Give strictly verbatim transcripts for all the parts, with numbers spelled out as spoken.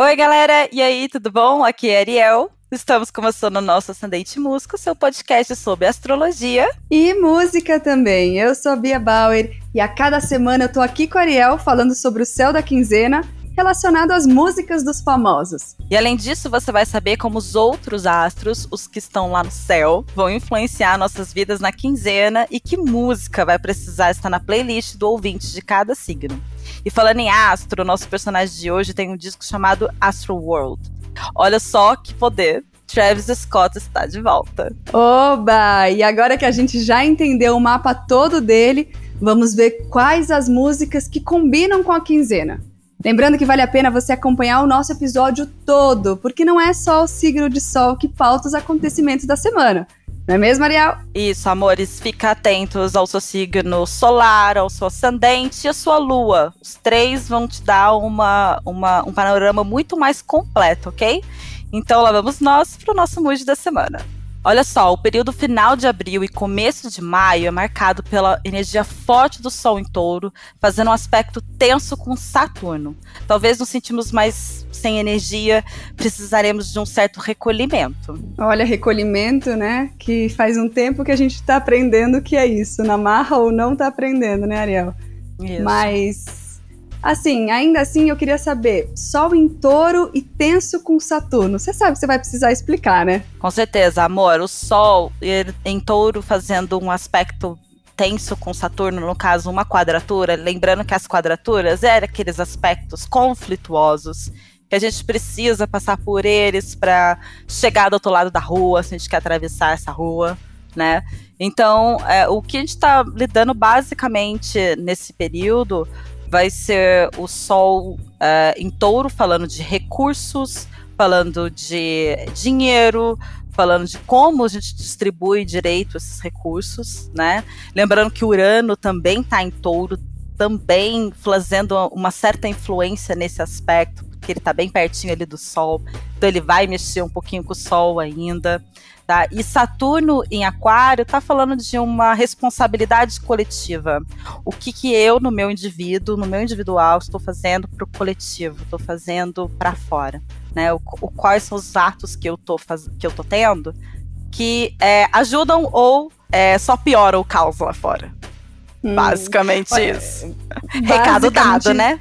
Oi, galera! E aí, tudo bom? Aqui é Ariel. Estamos começando o nosso Ascendente Músico, seu podcast sobre astrologia. E música também. Eu sou a Bia Bauer e a cada semana eu tô aqui com a Ariel falando sobre o céu da quinzena relacionado às músicas dos famosos. E além disso, você vai saber como os outros astros, os que estão lá no céu, vão influenciar nossas vidas na quinzena e que música vai precisar estar na playlist do ouvinte de cada signo. E falando em astro, nosso personagem de hoje tem um disco chamado Astro World. Olha só que poder, Travis Scott está de volta. Oba! E agora que a gente já entendeu o mapa todo dele, vamos ver quais as músicas que combinam com a quinzena. Lembrando que vale a pena você acompanhar o nosso episódio todo, porque não é só o signo de sol que pauta os acontecimentos da semana. Não é mesmo, Ariel? Isso, amores, fica atentos ao seu signo solar, ao seu ascendente e à sua lua. Os três vão te dar uma, uma, um panorama muito mais completo, ok? Então lá vamos nós para o nosso mood da semana. Olha só, o período final de abril e começo de maio é marcado pela energia forte do Sol em Touro, fazendo um aspecto tenso com Saturno. Talvez nos sentimos mais sem energia, precisaremos de um certo recolhimento. Olha, recolhimento, né? Que faz um tempo que a gente tá aprendendo o que é isso. Na marra ou não tá aprendendo, né, Ariel? Isso. Mas... Assim, ainda assim eu queria saber, Sol em Touro e tenso com Saturno. Você sabe que você vai precisar explicar, né? Com certeza, amor. O Sol em Touro fazendo um aspecto tenso com Saturno, no caso uma quadratura. Lembrando que as quadraturas eram aqueles aspectos conflituosos que a gente precisa passar por eles para chegar do outro lado da rua, se a gente quer atravessar essa rua, né? Então, é, o que a gente está lidando basicamente nesse período vai ser o Sol uh, em Touro, falando de recursos, falando de dinheiro, falando de como a gente distribui direito esses recursos, né? Lembrando que Urano também está em Touro, também fazendo uma certa influência nesse aspecto, porque ele está bem pertinho ali do Sol, então ele vai mexer um pouquinho com o Sol ainda. Tá? E Saturno em Aquário está falando de uma responsabilidade coletiva. O que, que eu, no meu indivíduo, no meu individual, estou fazendo para o coletivo, estou fazendo para fora. Né? O, o, quais são os atos que eu estou que eu tô tendo que é, ajudam ou é, só pioram o caos lá fora. Hum, Basicamente olha, isso. Recado dado, né?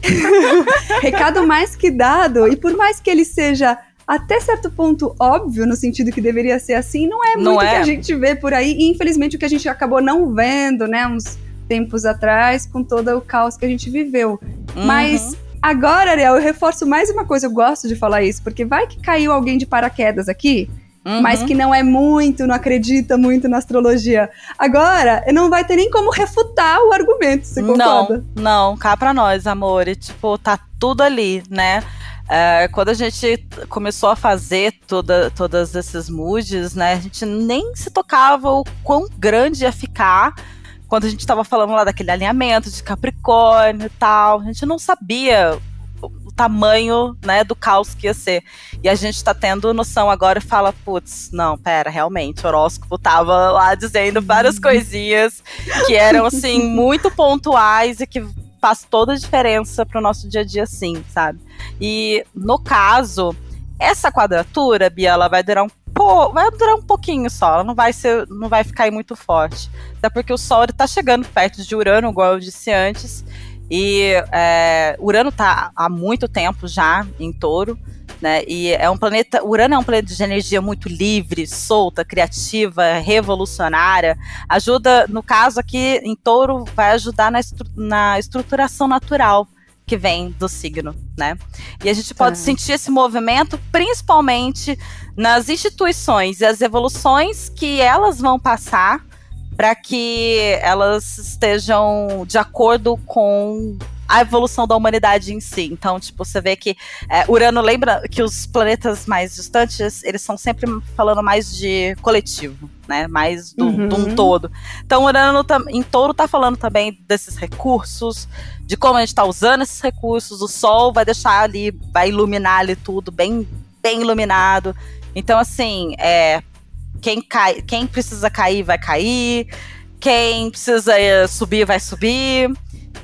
Recado mais que dado. E por mais que ele seja até certo ponto óbvio, no sentido que deveria ser assim, não é não muito o é. que a gente vê por aí, e infelizmente o que a gente acabou não vendo, né, uns tempos atrás, com todo o caos que a gente viveu. Uhum. Mas agora, Ariel, eu reforço mais uma coisa, eu gosto de falar isso, porque vai que caiu alguém de paraquedas aqui, uhum. mas que não é muito, não acredita muito na astrologia. Agora, não vai ter nem como refutar o argumento, você concorda? Não, não, cá pra nós, amor, e, tipo, tá tudo ali, né? É, quando a gente começou a fazer toda, todas esses moods, né, a gente nem se tocava o quão grande ia ficar quando a gente estava falando lá daquele alinhamento de Capricórnio e tal. A gente não sabia o, o tamanho, né, do caos que ia ser. E a gente tá tendo noção agora e fala, putz, não, pera, realmente, o horóscopo tava lá dizendo várias coisinhas que eram, assim, muito pontuais e que faz toda a diferença pro nosso dia a dia, sim, sabe? E, no caso, essa quadratura, Bia, ela vai durar um pouco, vai durar um pouquinho só, ela não vai ser, não vai ficar aí muito forte. Até porque o Sol, ele tá chegando perto de Urano, igual eu disse antes, e é, Urano tá há muito tempo já em Touro, né? E é um planeta, Urano é um planeta de energia muito livre, solta, criativa, revolucionária. Ajuda, no caso aqui em Touro, vai ajudar na, estru- na estruturação natural que vem do signo, né? E a gente pode ah. sentir esse movimento principalmente nas instituições e as evoluções que elas vão passar para que elas estejam de acordo com a evolução da humanidade em si. Então, tipo, você vê que é, Urano, lembra que os planetas mais distantes, eles são sempre falando mais de coletivo, né? Mais do, uhum. de um todo. Então, Urano em Touro tá falando também desses recursos, de como a gente tá usando esses recursos. O Sol vai deixar ali, vai iluminar ali tudo bem, bem iluminado. Então, assim, é, quem, cai, quem precisa cair, vai cair. Quem precisa subir, vai subir.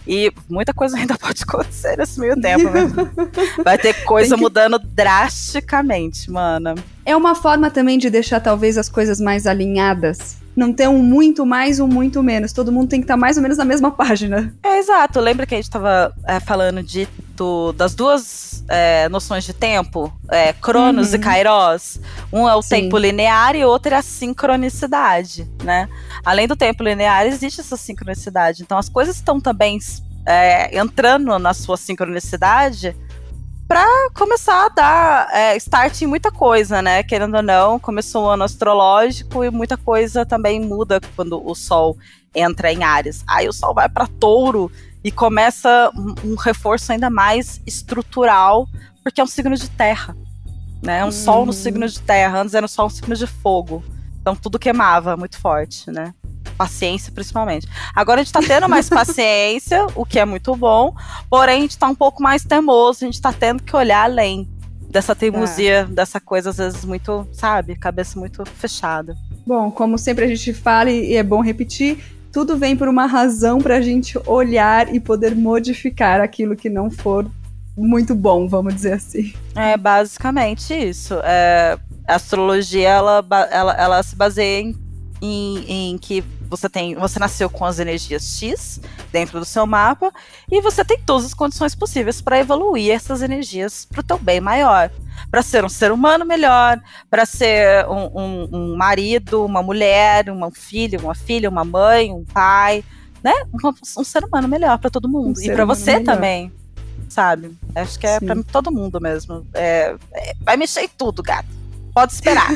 E muita coisa ainda pode acontecer nesse meio tempo, né? Vai ter coisa que... mudando drasticamente, mana. É uma forma também de deixar talvez as coisas mais alinhadas. Não ter um muito mais, um muito menos. Todo mundo tem que estar mais ou menos na mesma página. É, exato. Lembra que a gente estava é, falando de, do, das duas é, noções de tempo? É, Cronos uhum. e Kairos. Um é o Sim. tempo linear e outro é a sincronicidade, né? Além do tempo linear, existe essa sincronicidade. Então, as coisas estão também é, entrando na sua sincronicidade para começar a dar é, start em muita coisa, né? Querendo ou não, começou o ano astrológico e muita coisa também muda quando o Sol entra em Áries. Aí o Sol vai para Touro e começa um, um reforço ainda mais estrutural, porque é um signo de terra, né? É um hum. Sol no signo de terra, antes era um Sol no signo de fogo. Então tudo queimava muito forte, né? Paciência, principalmente. Agora a gente tá tendo mais paciência, o que é muito bom, porém a gente tá um pouco mais teimoso, a gente tá tendo que olhar além dessa teimosia, é. dessa coisa, às vezes, muito, sabe, cabeça muito fechada. Bom, como sempre a gente fala, e é bom repetir, tudo vem por uma razão pra gente olhar e poder modificar aquilo que não for muito bom, vamos dizer assim. É basicamente isso. É, a astrologia, ela, ela, ela se baseia em, em, em que Você, tem, você nasceu com as energias X dentro do seu mapa e você tem todas as condições possíveis para evoluir essas energias para o teu bem maior. Para ser um ser humano melhor, para ser um, um, um marido, uma mulher, um filho, uma filha, uma mãe, um pai, né? Um, um ser humano melhor para todo mundo. Um e para você melhor. Também, sabe? Acho que é para todo mundo mesmo. É, é, vai mexer em tudo, gato. Pode esperar.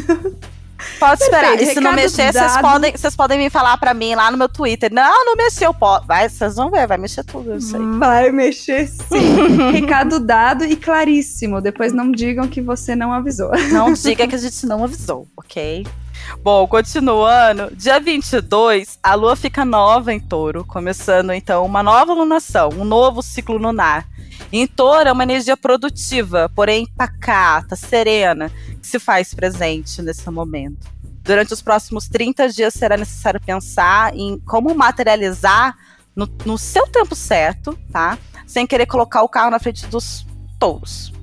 Pode esperar. Perfeito. E se não mexer, vocês podem, vocês podem me falar pra mim lá no meu Twitter. Não, não mexeu. Pode. Vai, vocês vão ver, vai mexer tudo. Isso aí. Vai mexer sim. Recado dado e claríssimo. Depois não digam que você não avisou. Não diga que a gente não avisou, ok? Bom, continuando. Dia vinte e dois, a lua fica nova em Touro. Começando, então, uma nova lunação. Um novo ciclo lunar. Em Touro é uma energia produtiva, porém pacata, serena, que se faz presente nesse momento. Durante os próximos trinta dias será necessário pensar em como materializar no, no seu tempo certo, tá? Sem querer colocar o carro na frente dos touros.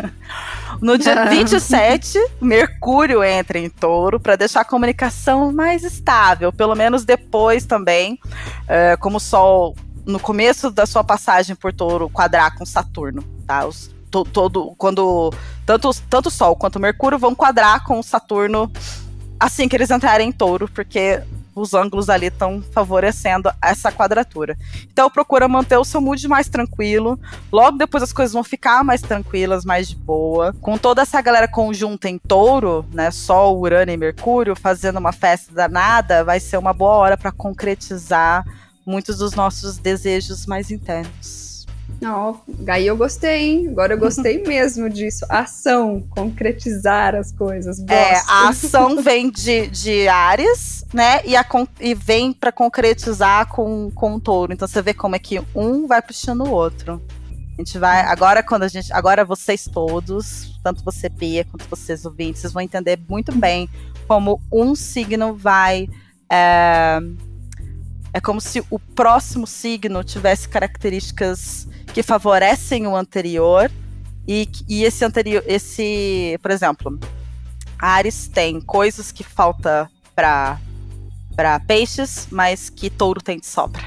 No dia vinte e sete, Mercúrio entra em Touro para deixar a comunicação mais estável, pelo menos depois também, é, como o Sol, no começo da sua passagem por Touro, quadrar com Saturno, tá? Os, to, todo, quando tanto, tanto o Sol quanto o Mercúrio vão quadrar com o Saturno assim que eles entrarem em Touro, porque os ângulos ali estão favorecendo essa quadratura. Então procura manter o seu mood mais tranquilo. Logo depois as coisas vão ficar mais tranquilas, mais de boa. Com toda essa galera conjunta em Touro, né, Sol, Urano e Mercúrio, fazendo uma festa danada, vai ser uma boa hora para concretizar muitos dos nossos desejos mais internos. Ó, oh, aí eu gostei, hein? Agora eu gostei mesmo disso. Ação, concretizar as coisas. Gosto. É, a ação vem de, de Áries, né? E, a, e vem para concretizar com, com o Touro. Então você vê como é que um vai puxando o outro. A gente vai. Agora, quando a gente. Agora vocês todos, tanto você, Pia, quanto vocês ouvintes, vocês vão entender muito bem como um signo vai. É, é como se o próximo signo tivesse características que favorecem o anterior e, e esse anterior, esse, por exemplo, Áries tem coisas que falta para para peixes, mas que Touro tem de sobra.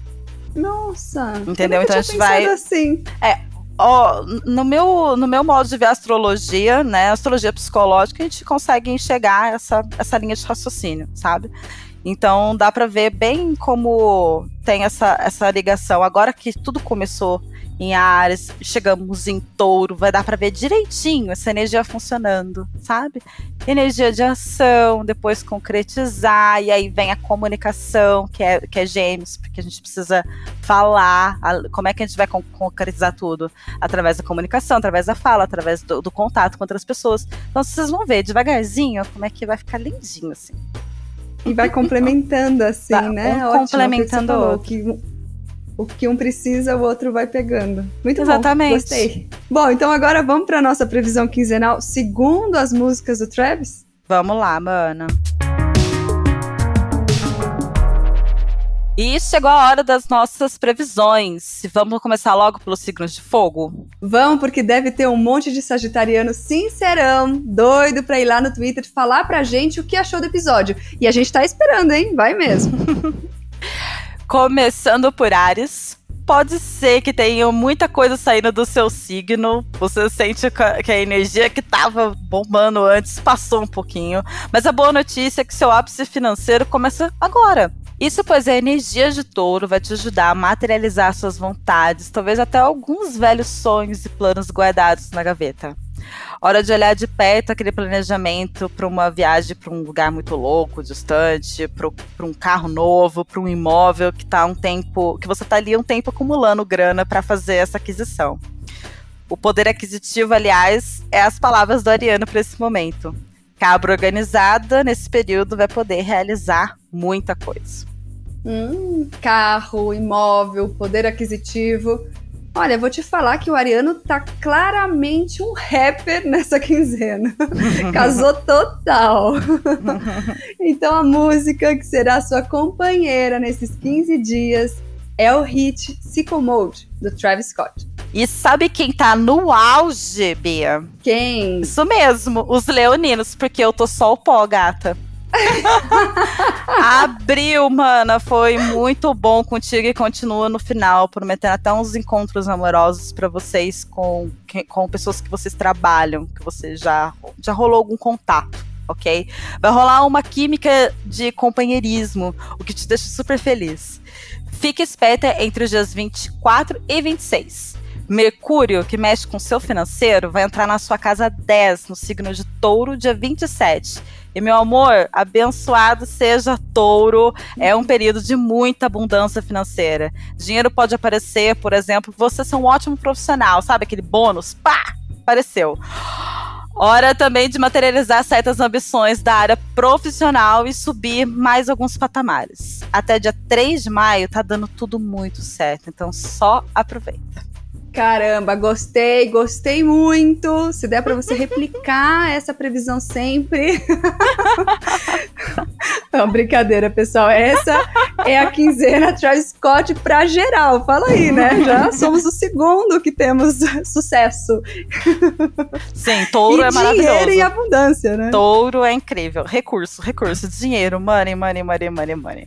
Nossa, entendeu? Eu então a gente vai assim. É, ó, no meu no meu modo de ver a astrologia, né, a astrologia psicológica, a gente consegue enxergar essa essa linha de raciocínio, sabe? Então dá para ver bem como tem essa, essa ligação. Agora que tudo começou em Áries, chegamos em Touro, vai dar para ver direitinho essa energia funcionando, sabe? Energia de ação, depois concretizar, e aí vem a comunicação, que é, que é Gêmeos, porque a gente precisa falar. A, como é que a gente vai con- concretizar tudo? Através da comunicação, através da fala, através do, do contato com outras pessoas. Então vocês vão ver devagarzinho como é que vai ficar lindinho, assim. E vai complementando, assim, tá, né? Um Ótimo, complementando o outro. Que, o que um precisa, o outro vai pegando. Muito Exatamente. bom, gostei. Bom, então agora vamos para nossa previsão quinzenal, segundo as músicas do Travis? Vamos lá, mana. E chegou a hora das nossas previsões. Vamos começar logo pelos signos de fogo? Vamos, porque deve ter um monte de sagitariano sincerão, doido pra ir lá no Twitter falar pra gente o que achou do episódio. E a gente tá esperando, hein? Vai mesmo. Começando por Áries. Pode ser que tenha muita coisa saindo do seu signo. Você sente que a energia que estava bombando antes passou um pouquinho. Mas a boa notícia é que seu ápice financeiro começa agora. Isso pois a energia de Touro vai te ajudar a materializar suas vontades, talvez até alguns velhos sonhos e planos guardados na gaveta. Hora de olhar de perto aquele planejamento para uma viagem para um lugar muito louco, distante, para um carro novo, para um imóvel que tá um tempo, que você está ali um tempo acumulando grana para fazer essa aquisição. O poder aquisitivo, aliás, é as palavras do Ariano para esse momento. Cabra organizada, nesse período, vai poder realizar muita coisa. Hum, carro, imóvel, poder aquisitivo. Olha, vou te falar que o Ariano tá claramente um rapper nessa quinzena. Casou total. Então a música que será sua companheira nesses quinze dias é o hit Sicko Mode, do Travis Scott. E sabe quem tá no auge, Bia? Quem? Isso mesmo, os leoninos, porque eu tô só o pó, gata. Abril, mana, foi muito bom contigo e continua no final, prometendo até uns encontros amorosos pra vocês com, com pessoas que vocês trabalham, que você já, já rolou algum contato, ok? Vai rolar uma química de companheirismo, o que te deixa super feliz. Fique esperta entre os dias vinte e quatro e vinte e seis. Mercúrio, que mexe com o seu financeiro, vai entrar na sua casa dez, no signo de Touro, dia vinte e sete. E, meu amor, abençoado seja Touro, é um período de muita abundância financeira. Dinheiro pode aparecer, por exemplo, você ser um ótimo profissional, sabe aquele bônus? Pá! Apareceu. Hora também de materializar certas ambições da área profissional e subir mais alguns patamares. Até dia três de maio tá dando tudo muito certo, então só aproveita. Caramba, gostei, gostei muito. Se der pra você replicar essa previsão sempre. Não, brincadeira, pessoal. Essa é a quinzena Travis Scott pra geral. Fala aí, né? Já somos o segundo que temos sucesso. Sim, Touro e é maravilhoso. Dinheiro e abundância, né? Touro é incrível. Recurso, recurso, dinheiro, money, money, money, money, money.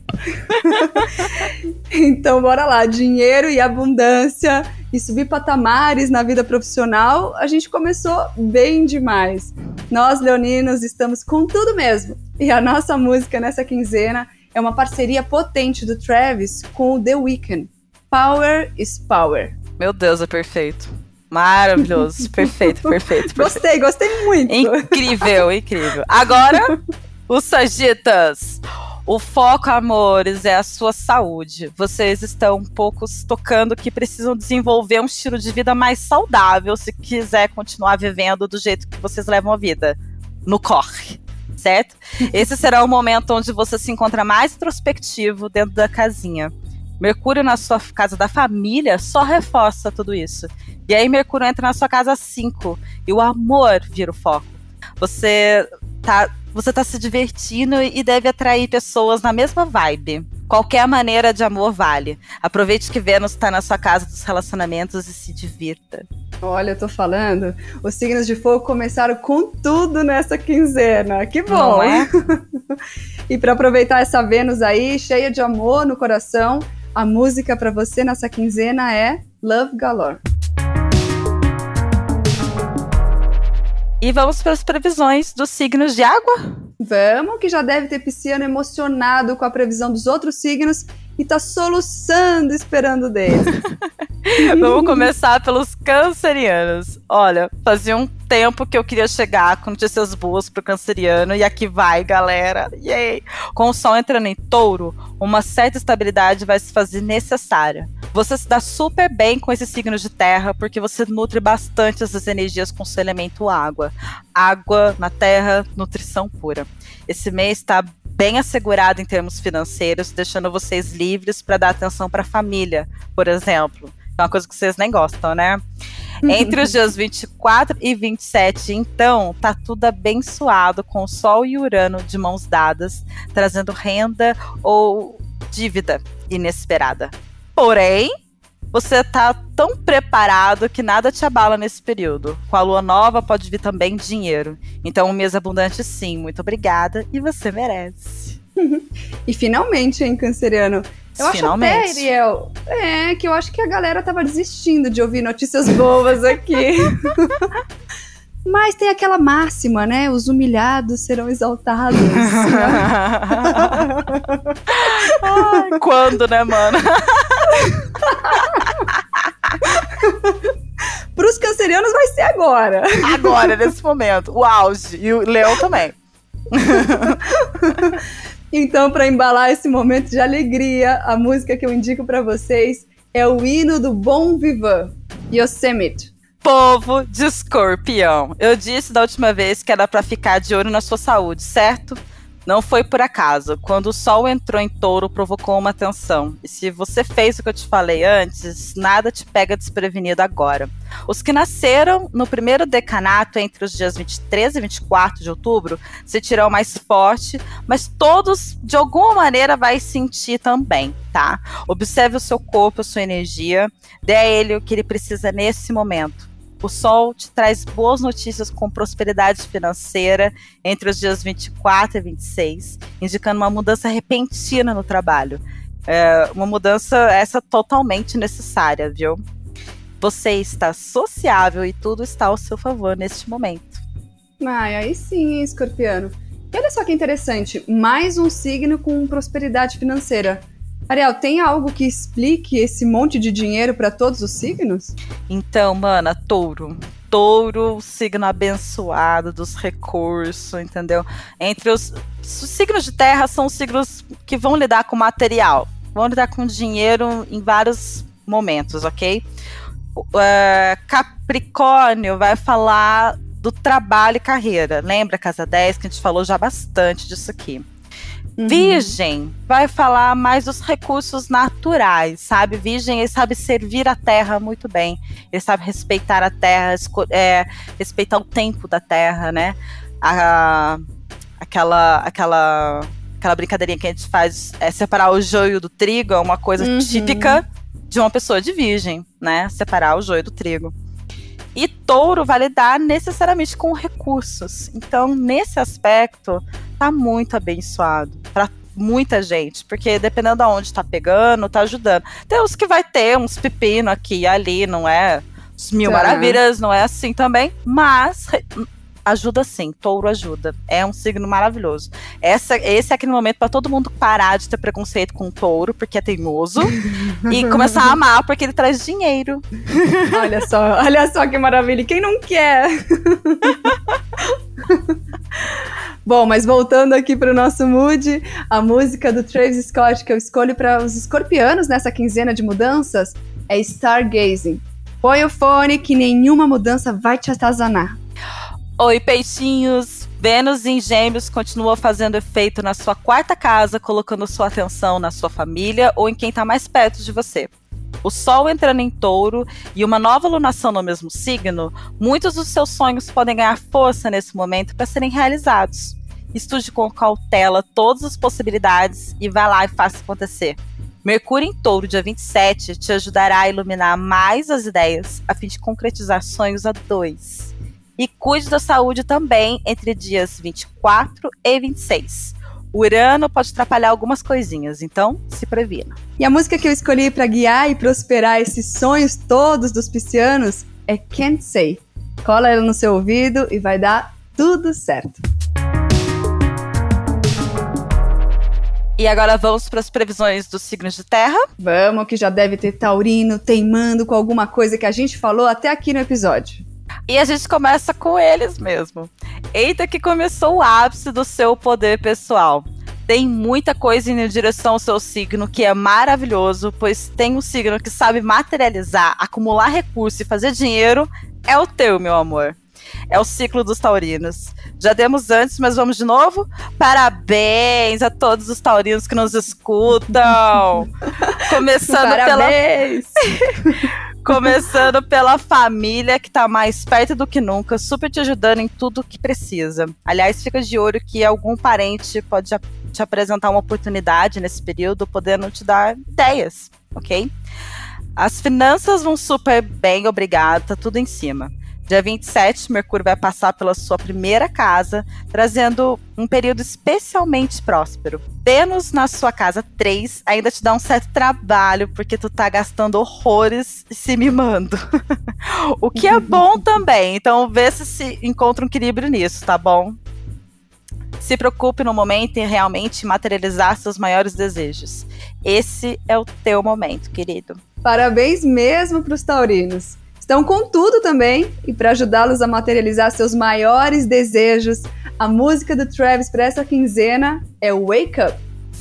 Então, bora lá. Dinheiro e abundância. E subir patamares na vida profissional, a gente começou bem demais. Nós, leoninos, estamos com tudo mesmo. E a nossa música nessa quinzena é uma parceria potente do Travis com o The Weeknd. Power is Power. Meu Deus, é perfeito. Maravilhoso. perfeito, perfeito, perfeito. Gostei, gostei muito. Incrível, incrível. Agora, os Sagitas. O foco, amores, é a sua saúde. Vocês estão um pouco tocando que precisam desenvolver um estilo de vida mais saudável se quiser continuar vivendo do jeito que vocês levam a vida, no corre, certo? Esse será o momento onde você se encontra mais introspectivo dentro da casinha. Mercúrio na sua casa da família só reforça tudo isso. E aí Mercúrio entra na sua casa cinco e o amor vira o foco. Você tá... Você tá se divertindo e deve atrair pessoas na mesma vibe. Qualquer maneira de amor vale. Aproveite que Vênus tá na sua casa dos relacionamentos e se divirta. Olha, eu tô falando, os signos de fogo começaram com tudo nessa quinzena. Que bom! Não é? E para aproveitar essa Vênus aí, cheia de amor no coração, a música para você nessa quinzena é Love Galore. E vamos para as previsões dos signos de água? Vamos, que já deve ter pisciano emocionado com a previsão dos outros signos e tá soluçando esperando deles. Vamos começar pelos cancerianos. Olha, fazia um tempo que eu queria chegar com notícias boas pro canceriano e aqui vai, galera. Yay! Com o sol entrando em touro, uma certa estabilidade vai se fazer necessária. Você se dá super bem com esse signo de terra porque você nutre bastante essas energias com seu elemento água. Água na terra, nutrição pura. Esse mês está bem assegurado em termos financeiros, deixando vocês livres para dar atenção para a família, por exemplo. É uma coisa que vocês nem gostam, né? Entre os dias vinte e quatro e vinte e sete, então, tá tudo abençoado com o Sol e Urano de mãos dadas, trazendo renda ou dívida inesperada. Porém, você tá tão preparado que nada te abala nesse período. Com a lua nova pode vir também dinheiro. Então, um mês abundante sim, muito obrigada e você merece. E finalmente, hein, canceriano? Eu finalmente. acho até, Ariel, é, que eu acho que a galera tava desistindo de ouvir notícias boas aqui. Mas tem aquela máxima, né? Os humilhados serão exaltados. Ai, quando, né, mano? Pros cancerianos vai ser agora. Agora, nesse momento. O auge. E o Leão também. Então, para embalar esse momento de alegria, a música que eu indico para vocês é o hino do Bon Vivant, Yosemite. Povo de Escorpião. Eu disse da última vez que era pra ficar de olho na sua saúde, certo? Não foi por acaso. Quando o sol entrou em Touro, provocou uma tensão. E se você fez o que eu te falei antes, nada te pega desprevenido agora. Os que nasceram no primeiro decanato, entre os dias vinte e três e vinte e quatro de outubro, se tirarão mais forte, mas todos, de alguma maneira, vai sentir também, tá? Observe o seu corpo, a sua energia, dê a ele o que ele precisa nesse momento. O Sol te traz boas notícias com prosperidade financeira entre os dias vinte e quatro e vinte e seis, indicando uma mudança repentina no trabalho. É uma mudança essa totalmente necessária, viu? Você está sociável e tudo está ao seu favor neste momento. Ai, aí sim, hein, escorpiano. E olha só que interessante, mais um signo com prosperidade financeira. Ariel, tem algo que explique esse monte de dinheiro para todos os signos? Então, mana, touro. Touro, signo abençoado dos recursos, entendeu? Entre os, os signos de terra são os signos que vão lidar com material, vão lidar com dinheiro em vários momentos, ok? Uh, Capricórnio vai falar do trabalho e carreira. Lembra, casa dez, que a gente falou já bastante disso aqui. Uhum. Virgem vai falar mais dos recursos naturais, sabe? Virgem, ele sabe servir a terra muito bem. Ele sabe respeitar a terra, é, respeitar o tempo da terra, né? A, aquela, aquela, aquela brincadeirinha que a gente faz, é separar o joio do trigo, é uma coisa uhum. típica de uma pessoa de virgem, né? Separar o joio do trigo. E touro vai lidar necessariamente com recursos. Então, nesse aspecto, tá muito abençoado para muita gente, porque dependendo de onde tá pegando, tá ajudando. Tem uns que vai ter uns pepino aqui e ali, não é os mil tá. maravilhas, não é assim também, mas ajuda sim, touro ajuda. É um signo maravilhoso. Essa, esse é aquele momento para todo mundo parar de ter preconceito com o touro, porque é teimoso, e começar a amar, porque ele traz dinheiro. Olha só, olha só que maravilha. Quem não quer? Bom, mas voltando aqui para o nosso mood, a música do Travis Scott que eu escolho para os escorpianos nessa quinzena de mudanças é Stargazing. Põe o fone que nenhuma mudança vai te atazanar. Oi, peixinhos! Vênus em Gêmeos continua fazendo efeito na sua quarta casa, colocando sua atenção na sua família ou em quem está mais perto de você. O Sol entrando em Touro e uma nova lunação no mesmo signo, muitos dos seus sonhos podem ganhar força nesse momento para serem realizados. Estude com cautela todas as possibilidades e vá lá e faça acontecer. Mercúrio em Touro, dia vinte e sete, te ajudará a iluminar mais as ideias, a fim de concretizar sonhos a dois. E cuide da saúde também entre dias vinte e quatro e vinte e seis. O Urano pode atrapalhar algumas coisinhas, então se previna. E a música que eu escolhi para guiar e prosperar esses sonhos todos dos piscianos é Can't Say. Cola ela no seu ouvido e vai dar tudo certo. E agora vamos para as previsões dos signos de terra? Vamos, que já deve ter taurino teimando com alguma coisa que a gente falou até aqui no episódio. E a gente começa com eles mesmo. Eita que começou o ápice do seu poder pessoal. Tem muita coisa indo em direção ao seu signo, que é maravilhoso, pois tem um signo que sabe materializar, acumular recursos e fazer dinheiro, é o teu, meu amor. É o ciclo dos taurinos. Já demos antes, mas vamos de novo? Parabéns a todos os taurinos que nos escutam. Começando Parabéns. pela... Começando pela família, que tá mais perto do que nunca, super te ajudando em tudo que precisa. Aliás, fica de olho que algum parente pode te apresentar uma oportunidade nesse período, podendo te dar ideias, ok? As finanças vão super bem, obrigada, tá tudo em cima. Dia vinte e sete, Mercúrio vai passar pela sua primeira casa, trazendo um período especialmente próspero. Vênus na sua casa três ainda te dá um certo trabalho, porque tu tá gastando horrores e se mimando. O que é bom também, então vê se se encontra um equilíbrio nisso, tá bom? Se preocupe no momento em realmente materializar seus maiores desejos. Esse é o teu momento, querido. Parabéns mesmo para os taurinos. Estão com tudo também, e para ajudá-los a materializar seus maiores desejos, a música do Travis para essa quinzena é Wake Up.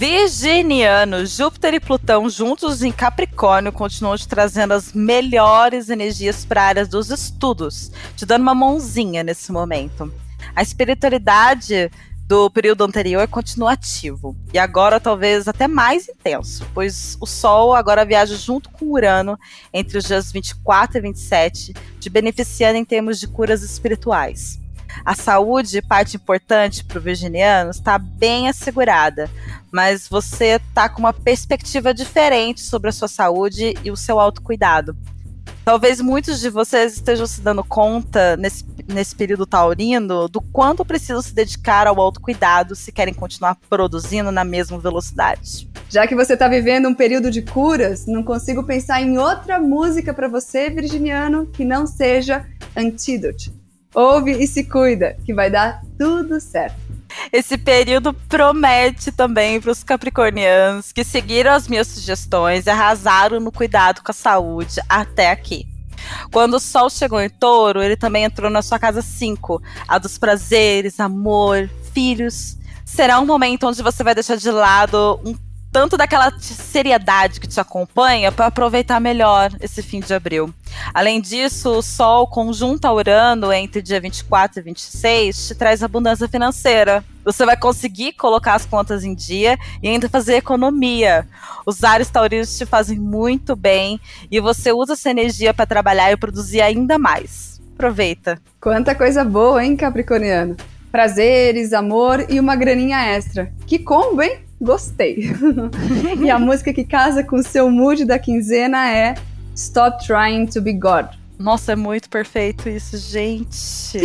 Virginiano, Júpiter e Plutão juntos em Capricórnio continuam te trazendo as melhores energias para a área dos estudos, te dando uma mãozinha nesse momento. A espiritualidade do período anterior continua ativo, e agora talvez até mais intenso, pois o Sol agora viaja junto com Urano entre os dias vinte e quatro e vinte e sete, te beneficiando em termos de curas espirituais. A saúde, parte importante para o virginiano, está bem assegurada, mas você está com uma perspectiva diferente sobre a sua saúde e o seu autocuidado. Talvez muitos de vocês estejam se dando conta, nesse, nesse período taurino, do quanto precisam se dedicar ao autocuidado se querem continuar produzindo na mesma velocidade. Já que você está vivendo um período de curas, não consigo pensar em outra música para você, virginiano, que não seja Antidote. Ouve e se cuida, que vai dar tudo certo. Esse período promete também para os capricornianos que seguiram as minhas sugestões e arrasaram no cuidado com a saúde até aqui. Quando o Sol chegou em Touro, ele também entrou na sua casa cinco, a dos prazeres, amor, filhos. Será um momento onde você vai deixar de lado um tanto daquela seriedade que te acompanha para aproveitar melhor esse fim de abril. Além disso, o Sol conjunto a Urano entre dia vinte e quatro e vinte e seis te traz abundância financeira. Você vai conseguir colocar as contas em dia e ainda fazer economia. Os ares taurinos te fazem muito bem e você usa essa energia para trabalhar e produzir ainda mais. Aproveita. Quanta coisa boa, hein, capricorniano? Prazeres, amor e uma graninha extra. Que combo, hein? Gostei. E a música que casa com o seu mood da quinzena é Stop Trying to Be God. Nossa, é muito perfeito isso, gente.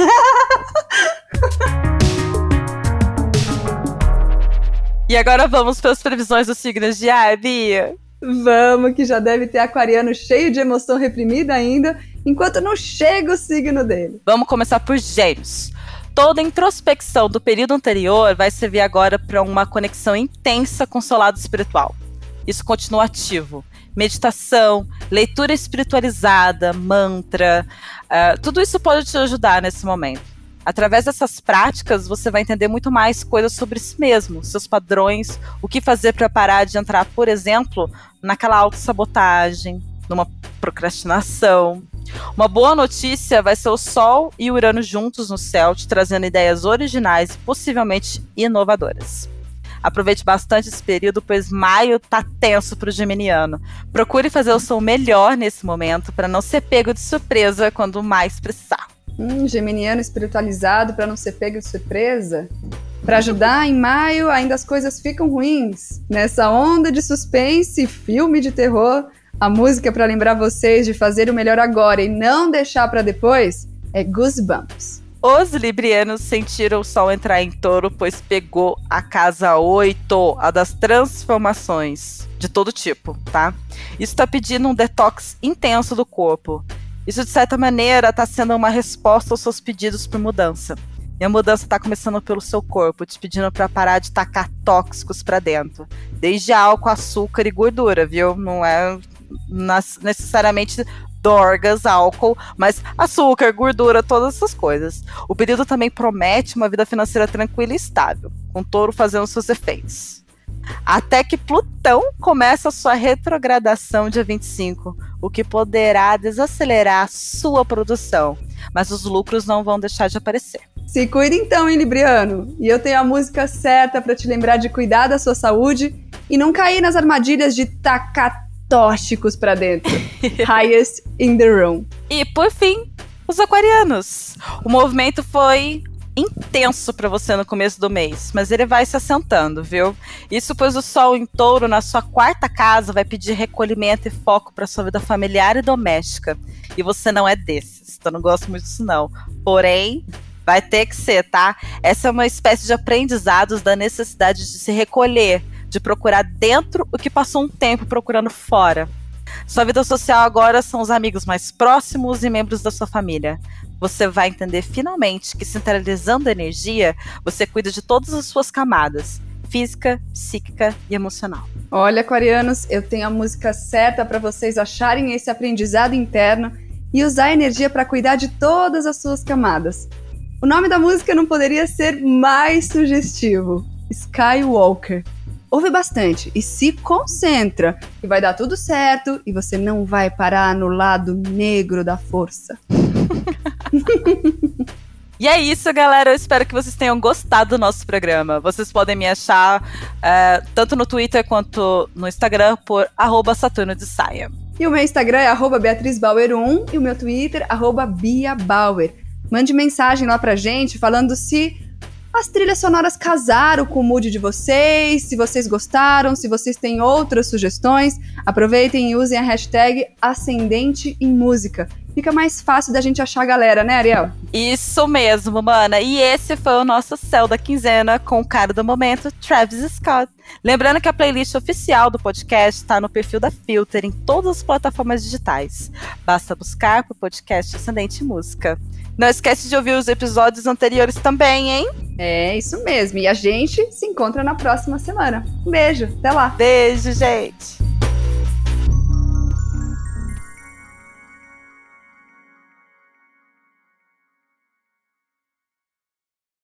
E agora vamos para as previsões dos signos de ar, Bia? Vamos, que já deve ter aquariano cheio de emoção reprimida ainda, enquanto não chega o signo dele. Vamos começar por Gêmeos. Toda a introspecção do período anterior vai servir agora para uma conexão intensa com o seu lado espiritual. Isso continua ativo. Meditação, leitura espiritualizada, mantra, uh, tudo isso pode te ajudar nesse momento. Através dessas práticas, você vai entender muito mais coisas sobre si mesmo, seus padrões, o que fazer para parar de entrar, por exemplo, naquela autossabotagem, numa procrastinação. Uma boa notícia vai ser o Sol e o Urano juntos no céu, te trazendo ideias originais e possivelmente inovadoras. Aproveite bastante esse período, pois maio tá tenso pro geminiano. Procure fazer o seu melhor nesse momento para não ser pego de surpresa quando mais precisar. Hum, geminiano espiritualizado para não ser pego de surpresa? Para ajudar, em maio ainda as coisas ficam ruins. Nessa onda de suspense e filme de terror, a música para lembrar vocês de fazer o melhor agora e não deixar para depois é Goosebumps. Os librianos sentiram o Sol entrar em Touro, pois pegou a casa oito, a das transformações de todo tipo, tá? Isso tá pedindo um detox intenso do corpo. Isso, de certa maneira, tá sendo uma resposta aos seus pedidos por mudança. E a mudança tá começando pelo seu corpo, te pedindo para parar de tacar tóxicos para dentro. Desde álcool, açúcar e gordura, viu? Não é necessariamente dorgas, álcool, mas açúcar, gordura, todas essas coisas. O período também promete uma vida financeira tranquila e estável, com Touro fazendo seus efeitos. Até que Plutão começa a sua retrogradação dia vinte e cinco, o que poderá desacelerar a sua produção, mas os lucros não vão deixar de aparecer. Se cuida então, hein, Libriano? E eu tenho a música certa para te lembrar de cuidar da sua saúde e não cair nas armadilhas de tacar tóxicos pra dentro. Highest in the room. E, por fim, os aquarianos. O movimento foi intenso para você no começo do mês, mas ele vai se assentando, viu? Isso pois o Sol em Touro, na sua quarta casa, vai pedir recolhimento e foco para sua vida familiar e doméstica. E você não é desses, então não gosto muito disso não. Porém, vai ter que ser, tá? Essa é uma espécie de aprendizados da necessidade de se recolher, de procurar dentro o que passou um tempo procurando fora. Sua vida social agora são os amigos mais próximos e membros da sua família. Você vai entender finalmente que, centralizando a energia, você cuida de todas as suas camadas, física, psíquica e emocional. Olha, aquarianos, eu tenho a música certa para vocês acharem esse aprendizado interno e usar a energia para cuidar de todas as suas camadas. O nome da música não poderia ser mais sugestivo: Skywalker. Ouve bastante e se concentra, que vai dar tudo certo e você não vai parar no lado negro da força. E é isso, galera. Eu espero que vocês tenham gostado do nosso programa. Vocês podem me achar uh, tanto no Twitter quanto no Instagram por arroba Saturno de Saia. E o meu Instagram é arroba Beatriz Bauer um e o meu Twitter arroba Bia Bauer. Mande mensagem lá pra gente falando se as trilhas sonoras casaram com o mood de vocês, se vocês gostaram, se vocês têm outras sugestões. Aproveitem e usem a hashtag Ascendente em Música. Fica mais fácil da gente achar a galera, né, Ariel? Isso mesmo, mana. E esse foi o nosso Céu da Quinzena com o cara do momento, Travis Scott. Lembrando que a playlist oficial do podcast está no perfil da Filter em todas as plataformas digitais. Basta buscar por podcast Ascendente em Música. Não esquece de ouvir os episódios anteriores também, hein? É, isso mesmo. E a gente se encontra na próxima semana. Um beijo, até lá. Beijo, gente.